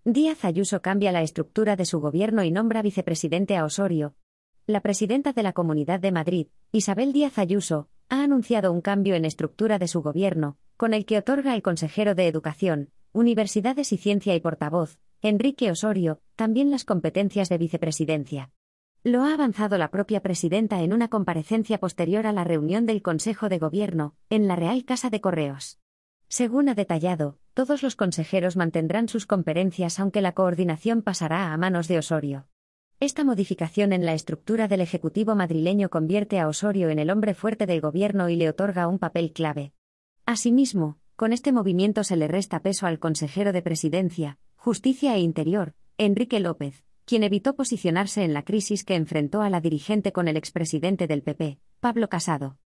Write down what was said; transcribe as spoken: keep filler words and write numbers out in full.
Díaz Ayuso cambia la estructura de su gobierno y nombra vicepresidente a Osorio. La presidenta de la Comunidad de Madrid, Isabel Díaz Ayuso, ha anunciado un cambio en estructura de su gobierno, con el que otorga al consejero de Educación, Universidades y Ciencia y portavoz, Enrique Osorio, también las competencias de vicepresidencia. Lo ha avanzado la propia presidenta en una comparecencia posterior a la reunión del Consejo de Gobierno, en la Real Casa de Correos. Según ha detallado, todos los consejeros mantendrán sus competencias aunque la coordinación pasará a manos de Osorio. Esta modificación en la estructura del Ejecutivo madrileño convierte a Osorio en el hombre fuerte del gobierno y le otorga un papel clave. Asimismo, con este movimiento se le resta peso al consejero de Presidencia, Justicia e Interior, Enrique López, quien evitó posicionarse en la crisis que enfrentó a la dirigente con el expresidente del P P, Pablo Casado.